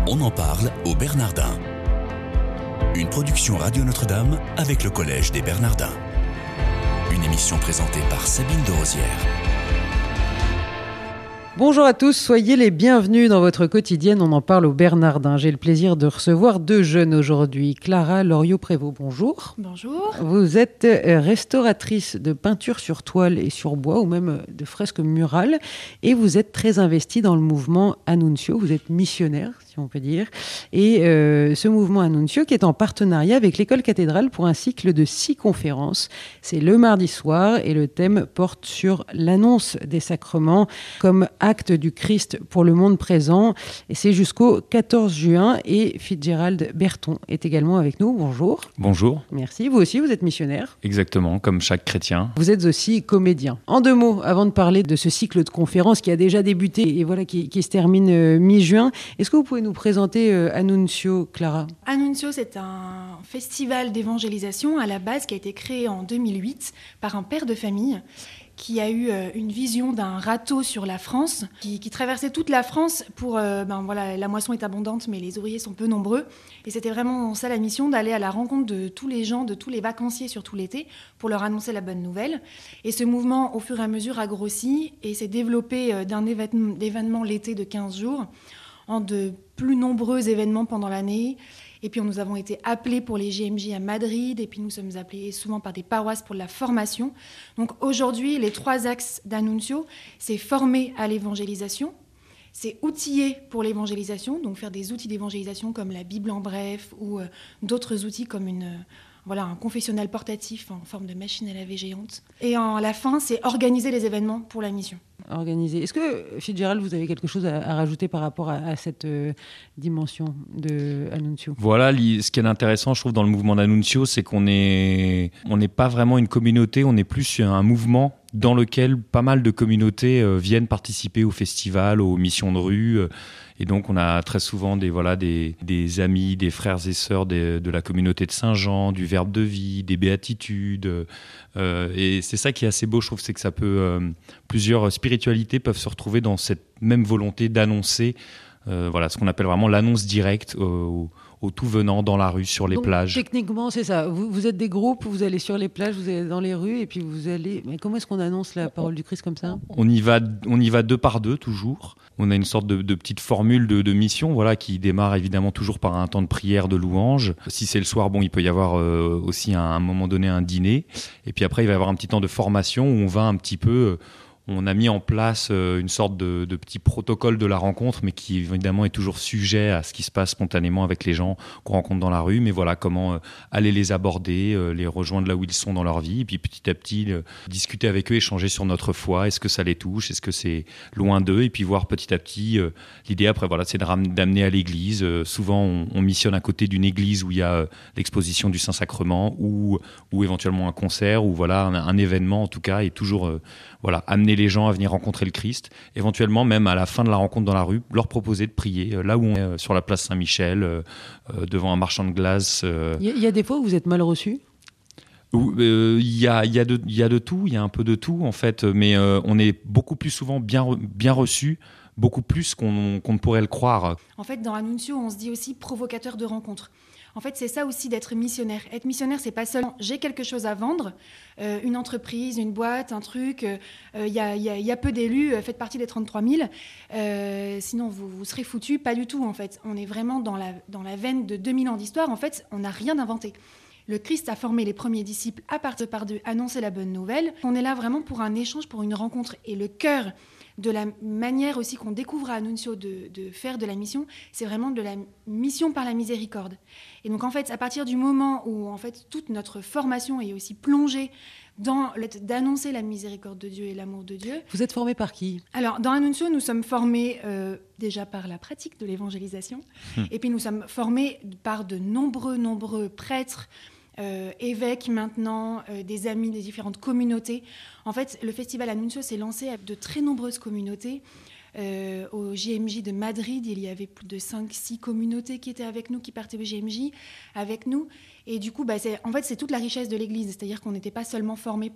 On en parle aux Bernardins. Une production Radio Notre-Dame avec le Collège des Bernardins. Une émission présentée par Sabine de Rosière. Bonjour à tous, soyez les bienvenus dans votre quotidienne. On en parle aux Bernardins. J'ai le plaisir de recevoir deux jeunes aujourd'hui. Clara Loriot-Prévost, bonjour. Bonjour. Vous êtes restauratrice de peinture sur toile et sur bois, ou même de fresques murales. Et vous êtes très investie dans le mouvement Annuncio. Vous êtes missionnaire, si on peut dire. Et ce mouvement Annuncio qui est en partenariat avec l'École cathédrale pour un cycle de 6 conférences. C'est le mardi soir et le thème porte sur l'annonce des sacrements comme acte du Christ pour le monde présent. Et c'est jusqu'au 14 juin. Et Fitzgerald Berton est également avec nous. Bonjour. Bonjour. Merci. Vous aussi, vous êtes missionnaire. Exactement, comme chaque chrétien. Vous êtes aussi comédien. En 2 mots, avant de parler de ce cycle de conférences qui a déjà débuté et voilà qui se termine mi-juin, est-ce que vous pouvez nous présenter Annuncio, Clara ? Annuncio, c'est un festival d'évangélisation à la base qui a été créé en 2008 par un père de famille qui a eu une vision d'un râteau sur la France, qui traversait toute la France pour... la moisson est abondante, mais les ouvriers sont peu nombreux. Et c'était vraiment ça la mission, d'aller à la rencontre de tous les gens, de tous les vacanciers sur tout l'été, pour leur annoncer la bonne nouvelle. Et ce mouvement, au fur et à mesure, a grossi et s'est développé d'un événement l'été de 15 jours en de plus nombreux événements pendant l'année. Et puis nous avons été appelés pour les GMJ à Madrid, et puis nous sommes appelés souvent par des paroisses pour la formation. Donc aujourd'hui, les 3 axes d'Annuncio, c'est former à l'évangélisation, c'est outiller pour l'évangélisation, donc faire des outils d'évangélisation comme la Bible en bref, ou d'autres outils comme un confessionnal portatif en forme de machine à laver géante. Et en la fin, c'est organiser les événements pour la mission. Organisé. Est-ce que, Fitzgerald, vous avez quelque chose à rajouter par rapport à cette dimension de Annuncio ? Voilà, ce qui est intéressant, je trouve, dans le mouvement d'Annuncio, c'est qu'on n'est pas vraiment une communauté, on est plus un mouvement dans lequel pas mal de communautés viennent participer au festival, aux missions de rue. Et donc, on a très souvent des amis, des frères et sœurs de la communauté de Saint-Jean, du Verbe de vie, des béatitudes. Et c'est ça qui est assez beau, je trouve, c'est que ça peut... plusieurs spiritualités peuvent se retrouver dans cette même volonté d'annoncer ce qu'on appelle vraiment l'annonce directe au tout venant dans la rue, sur les plages. Techniquement, c'est ça. Vous êtes des groupes, vous allez sur les plages, vous allez dans les rues, et puis vous allez... Mais comment est-ce qu'on annonce la parole du Christ comme ça ? On y va 2 par 2, toujours. On a une sorte de petite formule de mission, qui démarre évidemment toujours par un temps de prière, de louange. Si c'est le soir, il peut y avoir aussi à un moment donné un dîner. Et puis après, il va y avoir un petit temps de formation où on va un petit peu... On a mis en place une sorte de petit protocole de la rencontre, mais qui évidemment est toujours sujet à ce qui se passe spontanément avec les gens qu'on rencontre dans la rue. Mais voilà, comment aller les aborder, les rejoindre là où ils sont dans leur vie, et puis petit à petit discuter avec eux, échanger sur notre foi. Est-ce que ça les touche ? Est-ce que c'est loin d'eux ? Et puis voir petit à petit, l'idée après, c'est d'amener à l'église. Souvent, on missionne à côté d'une église où il y a l'exposition du Saint-Sacrement, ou éventuellement un concert, ou un événement en tout cas, et toujours amener les gens à venir rencontrer le Christ, éventuellement même à la fin de la rencontre dans la rue, leur proposer de prier, là où on est sur la place Saint-Michel, devant un marchand de glace. Il y a des fois où vous êtes mal reçus ? Il y a de tout, il y a un peu de tout en fait, mais on est beaucoup plus souvent bien reçus, beaucoup plus qu'on ne pourrait le croire. En fait, dans Annuncio, on se dit aussi provocateur de rencontres. En fait, c'est ça aussi d'être missionnaire. Être missionnaire, c'est pas seulement j'ai quelque chose à vendre, une entreprise, une boîte, un truc. Il y a peu d'élus, faites partie des 33 000. Sinon, vous serez foutus. Pas du tout, en fait. On est vraiment dans la veine de 2000 ans d'histoire. En fait, on n'a rien inventé. Le Christ a formé les premiers disciples à partir par 2, annoncer la bonne nouvelle. On est là vraiment pour un échange, pour une rencontre. Et le cœur de la manière aussi qu'on découvre à Annuncio de faire de la mission, c'est vraiment de la mission par la miséricorde. Et donc en fait, à partir du moment où en fait toute notre formation est aussi plongée dans d'annoncer la miséricorde de Dieu et l'amour de Dieu. Vous êtes formé par qui ? Alors dans Annuncio, nous sommes formés déjà par la pratique de l'évangélisation, et puis nous sommes formés par de nombreux prêtres, évêques maintenant, des amis des différentes communautés. En fait, le festival Annuncio s'est lancé à de très nombreuses communautés. Au JMJ de Madrid, il y avait plus de 5-6 communautés qui étaient avec nous, qui partaient au JMJ avec nous. Et du coup, c'est toute la richesse de l'Église. C'est-à-dire qu'on n'était pas seulement formés par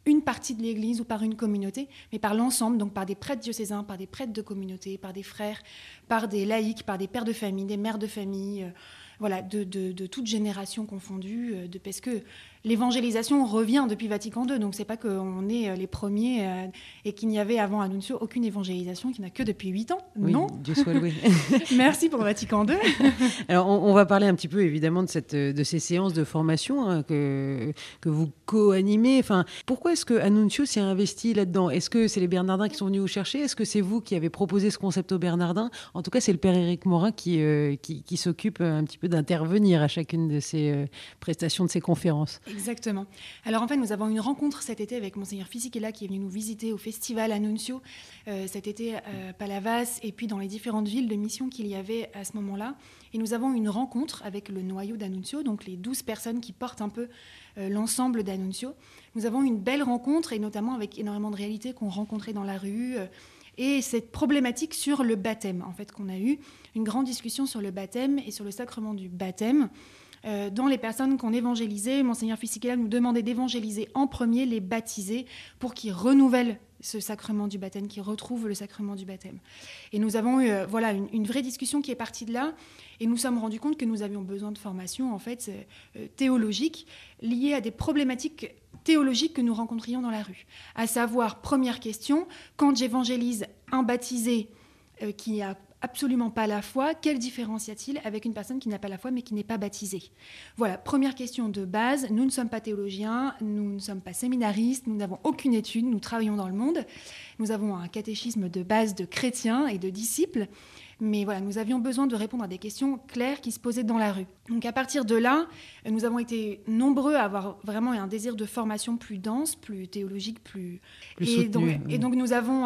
une partie de l'Église ou par une communauté, mais par l'ensemble, donc par des prêtres diocésains, par des prêtres de communauté, par des frères, par des laïcs, par des pères de famille, des mères de famille, voilà, de toute génération confondue, parce que l'évangélisation revient depuis Vatican II, donc c'est pas qu'on est les premiers et qu'il n'y avait avant Annunzio aucune évangélisation, qu'il n'y en a que depuis 8 ans, oui, non ? Dieu soit loué. Merci pour Vatican II. Alors on va parler un petit peu évidemment de ces séances de formation que vous co-animez. Enfin, pourquoi est-ce que Annunzio s'est investi là-dedans ? Est-ce que c'est les Bernardins qui sont venus vous chercher ? Est-ce que c'est vous qui avez proposé ce concept aux Bernardins ? En tout cas, c'est le père Éric Morin qui s'occupe un petit peu d'intervenir à chacune de ces prestations, de ces conférences. Exactement. Alors en fait, nous avons une rencontre cet été avec Monseigneur Fisichella qui est venu nous visiter au festival Annunzio cet été à Palavas et puis dans les différentes villes de mission qu'il y avait à ce moment-là. Et nous avons une rencontre avec le noyau d'Annunzio, donc les 12 personnes qui portent un peu l'ensemble d'Annunzio. Nous avons une belle rencontre et notamment avec énormément de réalités qu'on rencontrait dans la rue. Et cette problématique sur le baptême, en fait, qu'on a eu une grande discussion sur le baptême et sur le sacrement du baptême. Dans les personnes qu'on évangélisait, Monseigneur Fisichella nous demandait d'évangéliser en premier les baptisés pour qu'ils renouvellent ce sacrement du baptême, qu'ils retrouvent le sacrement du baptême. Et nous avons eu une vraie discussion qui est partie de là, et nous sommes rendus compte que nous avions besoin de formation en fait, théologique liée à des problématiques théologiques que nous rencontrions dans la rue. À savoir, première question, quand j'évangélise un baptisé qui n'a absolument pas la foi, quelle différence y a-t-il avec une personne qui n'a pas la foi mais qui n'est pas baptisée ? Voilà, première question de base. Nous ne sommes pas théologiens, nous ne sommes pas séminaristes, nous n'avons aucune étude, nous travaillons dans le monde. Nous avons un catéchisme de base de chrétiens et de disciples. Mais voilà, nous avions besoin de répondre à des questions claires qui se posaient dans la rue. Donc à partir de là, nous avons été nombreux à avoir vraiment un désir de formation plus dense, plus théologique, plus soutenu. Et donc nous avons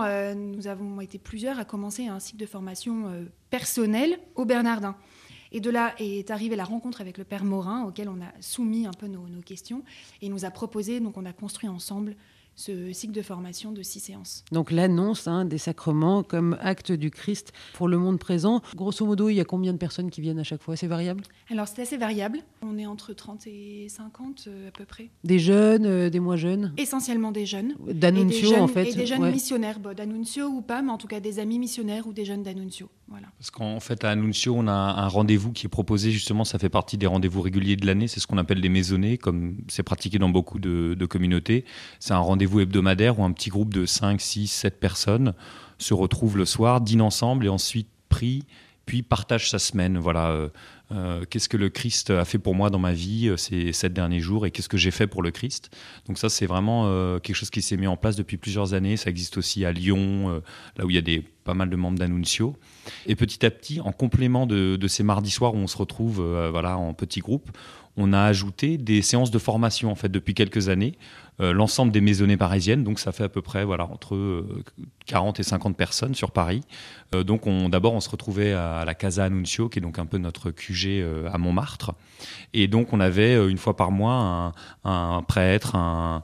été plusieurs à commencer un cycle de formation personnelle au Bernardin. Et de là est arrivée la rencontre avec le père Morin, auquel on a soumis un peu nos questions. Et il nous a proposé, donc on a construit ensemble ce cycle de formation de 6 séances. Donc l'annonce des sacrements comme acte du Christ pour le monde présent. Grosso modo, il y a combien de personnes qui viennent à chaque fois ? C'est variable ? Alors c'est assez variable. On est entre 30 et 50 à peu près. Des jeunes, des moins jeunes ? Essentiellement des jeunes. D'Annunzio en fait. Et des jeunes missionnaires, d'Annunzio ou pas, mais en tout cas des amis missionnaires ou des jeunes d'Annunzio. Voilà. Parce qu'en fait à Annunzio, on a un rendez-vous qui est proposé justement, ça fait partie des rendez-vous réguliers de l'année, c'est ce qu'on appelle les maisonnées, comme c'est pratiqué dans beaucoup de communautés. C'est un rendez-vous hebdomadaire où un petit groupe de 5, 6, 7 personnes se retrouvent le soir, dînent ensemble et ensuite prient, puis partagent sa semaine. Voilà, qu'est-ce que le Christ a fait pour moi dans ma vie ces 7 derniers jours et qu'est-ce que j'ai fait pour le Christ. Donc ça, c'est vraiment quelque chose qui s'est mis en place depuis plusieurs années. Ça existe aussi à Lyon, là où il y a pas mal de membres d'Annunzio. Et petit à petit, en complément de ces mardis soirs où on se retrouve en petits groupes, on a ajouté des séances de formation en fait depuis quelques années. L'ensemble des maisonnées parisiennes, donc ça fait à peu près entre 40 et 50 personnes sur Paris. Donc d'abord on se retrouvait à la Casa Annunzio, qui est donc un peu notre QG à Montmartre. Et donc on avait une fois par mois un prêtre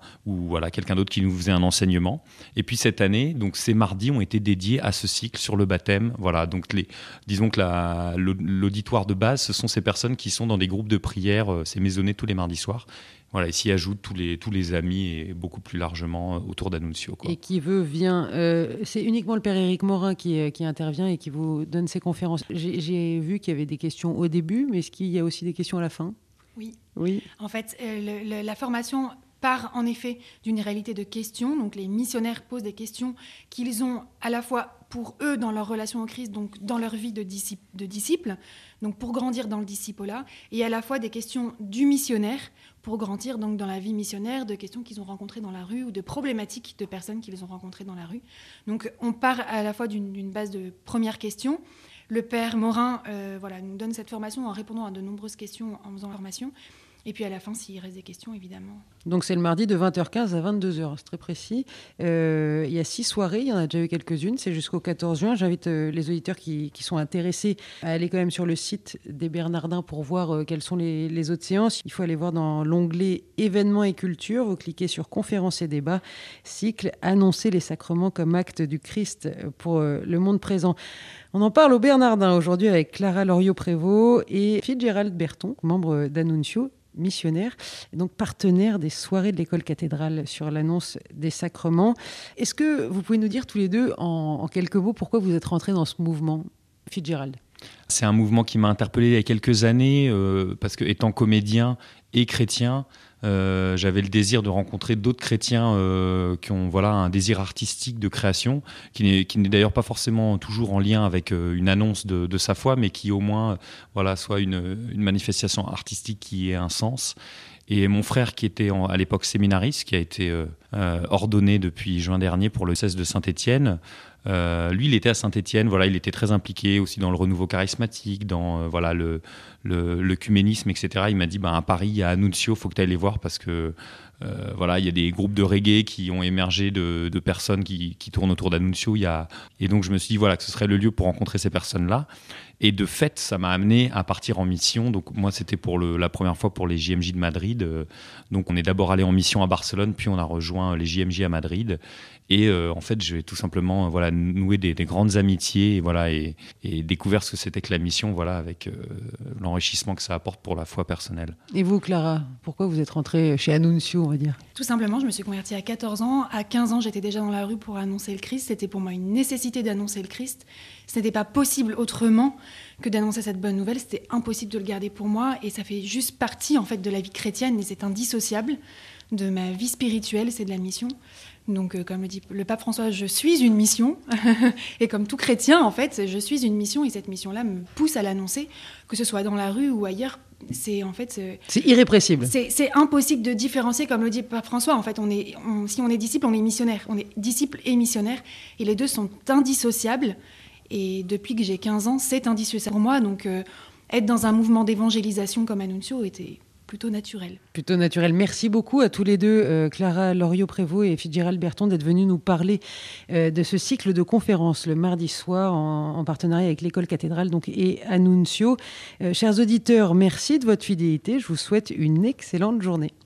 ou quelqu'un d'autre qui nous faisait un enseignement. Et puis cette année, donc ces mardis ont été dédiés à ce cycle sur le baptême. Voilà, donc disons que l'auditoire de base, ce sont ces personnes qui sont dans des groupes de prière, ces maisonnées tous les mardis soirs. Voilà, ici ajoutent tous les amis et beaucoup plus largement autour d'Annunzio. Et qui vient. C'est uniquement le père Éric Morin qui intervient et qui vous donne ses conférences. J'ai vu qu'il y avait des questions au début, mais est-ce qu'il y a aussi des questions à la fin ? Oui. En fait, la formation part en effet d'une réalité de questions. Donc les missionnaires posent des questions qu'ils ont à la fois pour eux dans leur relation au Christ, donc dans leur vie de disciples, donc pour grandir dans le discipolat, et à la fois des questions du missionnaire pour grandir donc dans la vie missionnaire, de questions qu'ils ont rencontrées dans la rue ou de problématiques de personnes qu'ils ont rencontrées dans la rue. Donc on part à la fois d'une base de premières questions. Le père Morin nous donne cette formation en répondant à de nombreuses questions en faisant la formation. Et puis à la fin, s'il reste des questions, évidemment. Donc c'est le mardi de 20h15 à 22h, c'est très précis. Il y a 6 soirées, il y en a déjà eu quelques-unes, c'est jusqu'au 14 juin. J'invite les auditeurs qui sont intéressés à aller quand même sur le site des Bernardins pour voir quelles sont les autres séances. Il faut aller voir dans l'onglet événements et culture, vous cliquez sur conférences et débats, cycle annoncer les sacrements comme acte du Christ pour le monde présent. On en parle au Bernardin aujourd'hui avec Clara Loriot-Prévost et Fitzgerald Berton, membre d'Annunzio. missionnaire, et donc partenaire des soirées de l'école cathédrale sur l'annonce des sacrements. Est-ce que vous pouvez nous dire tous les deux en quelques mots pourquoi vous êtes rentrés dans ce mouvement, Fitzgerald? C'est un mouvement qui m'a interpellé il y a quelques années parce que étant comédien et chrétien, j'avais le désir de rencontrer d'autres chrétiens qui ont un désir artistique de création, qui n'est d'ailleurs pas forcément toujours en lien avec une annonce de sa foi, mais qui au moins soit une manifestation artistique qui ait un sens. Et mon frère, qui était à l'époque séminariste, qui a été ordonné depuis juin dernier pour le diocèse de Saint-Étienne, lui, il était à Saint-Étienne, il était très impliqué aussi dans le renouveau charismatique, dans l'œcuménisme, etc. Il m'a dit, à Paris, il y a Annunzio, il faut que tu ailles les voir parce que il y a des groupes de reggae qui ont émergé de personnes qui tournent autour d'Annunzio. Et donc, je me suis dit que ce serait le lieu pour rencontrer ces personnes-là. Et de fait, ça m'a amené à partir en mission. Donc moi, c'était pour la première fois pour les JMJ de Madrid. Donc on est d'abord allé en mission à Barcelone, puis on a rejoint les JMJ à Madrid. Et en fait, j'ai tout simplement noué des grandes amitiés et découvert ce que c'était que la mission, avec l'enrichissement que ça apporte pour la foi personnelle. Et vous, Clara, pourquoi vous êtes rentrée chez Annunzio, on va dire? Tout simplement, je me suis convertie à 14 ans. À 15 ans, j'étais déjà dans la rue pour annoncer le Christ. C'était pour moi une nécessité d'annoncer le Christ. Ce n'était pas possible autrement que d'annoncer cette bonne nouvelle. C'était impossible de le garder pour moi. Et ça fait juste partie, en fait, de la vie chrétienne. Et c'est indissociable de ma vie spirituelle. C'est de la mission. Donc, comme le dit le pape François, je suis une mission. Et comme tout chrétien, en fait, je suis une mission. Et cette mission-là me pousse à l'annoncer, que ce soit dans la rue ou ailleurs. C'est irrépressible. C'est impossible de différencier, comme le dit pape François. En fait, si on est disciple, on est missionnaire. On est disciple et missionnaire. Et les deux sont indissociables. Et depuis que j'ai 15 ans, c'est indissociable pour moi. Donc, être dans un mouvement d'évangélisation comme Annunzio était plutôt naturel. Plutôt naturel. Merci beaucoup à tous les deux, Clara Loriot-Prévost et Fitzgerald Berton, d'être venus nous parler de ce cycle de conférences le mardi soir en partenariat avec l'école cathédrale et Annunzio. Chers auditeurs, merci de votre fidélité. Je vous souhaite une excellente journée.